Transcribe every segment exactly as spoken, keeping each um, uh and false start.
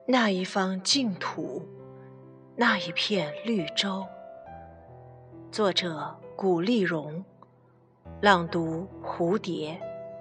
那一方净土，那一片绿洲。作者古丽蓉，朗读蝴蝶。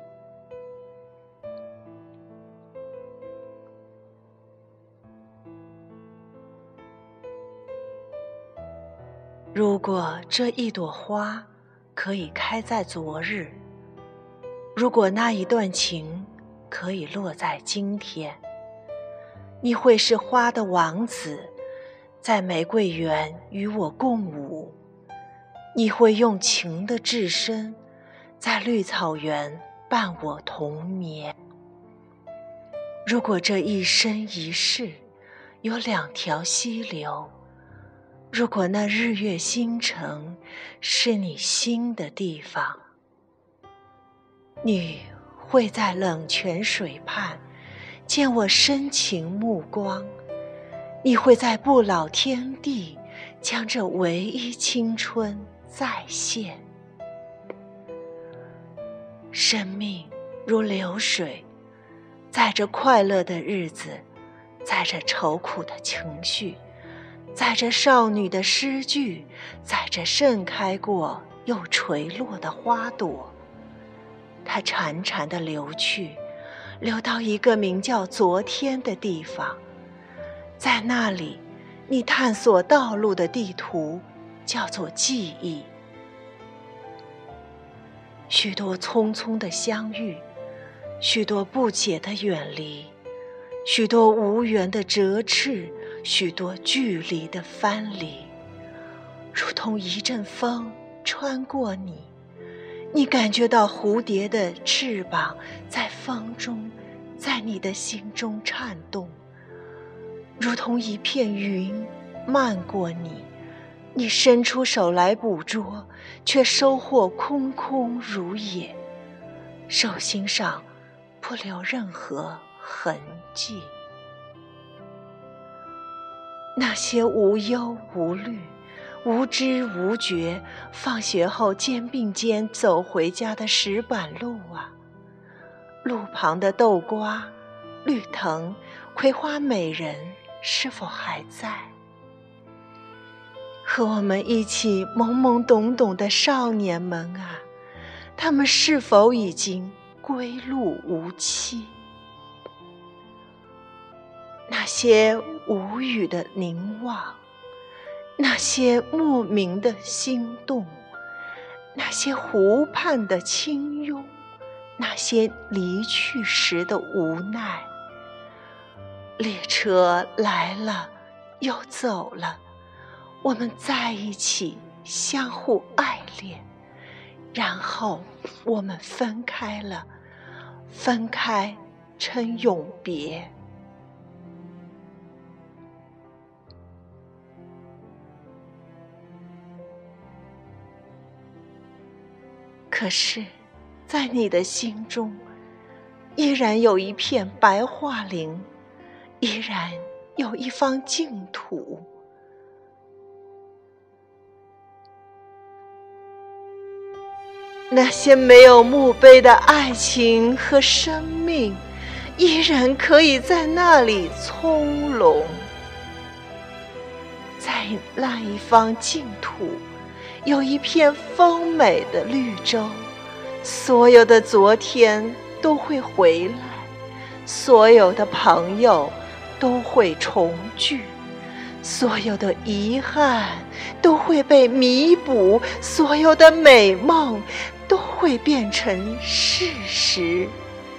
如果这一朵花可以开在昨日，如果那一段情可以落在今天，你会是花的王子，在玫瑰园与我共舞。你会用情的至深，在绿草原伴我同眠。如果这一生一世有两条溪流，如果那日月星辰是你心的地方，你会在冷泉水畔见我深情目光，你会在不老天地将这唯一青春再现。生命如流水，在这快乐的日子，在这愁苦的情绪，在这少女的诗句，在这盛开过又垂落的花朵，它潺潺地流去，流到一个名叫昨天的地方。在那里，你探索道路的地图叫做记忆。许多匆匆的相遇，许多不解的远离，许多无缘的折翅，许多距离的藩篱，如同一阵风穿过你，你感觉到蝴蝶的翅膀在风中，在你的心中颤动，如同一片云漫过你，你伸出手来捕捉，却收获空空如也，手心上不留任何痕迹。那些无忧无虑、无知无觉，放学后肩并肩走回家的石板路啊，路旁的豆瓜、绿藤、葵花美人是否还在？和我们一起懵懵懂懂的少年们啊，他们是否已经归路无期？那些无语的凝望，那些莫名的心动，那些湖畔的轻拥，那些离去时的无奈。列车来了又走了，我们在一起相互爱恋，然后我们分开了，分开称永别。可是在你的心中，依然有一片白桦林，依然有一方净土。那些没有墓碑的爱情和生命，依然可以在那里葱茏。在那一方净土，有一片丰美的绿洲，所有的昨天都会回来，所有的朋友都会重聚，所有的遗憾都会被弥补，所有的美梦都会变成事实。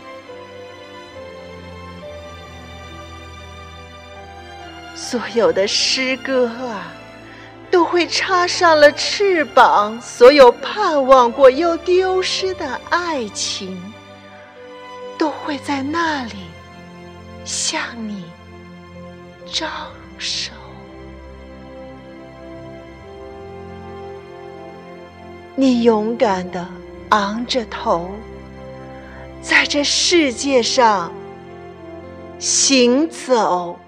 所有的诗歌啊，都会插上了翅膀，所有盼望过又丢失的爱情，都会在那里向你招手。你勇敢地昂着头，在这世界上行走。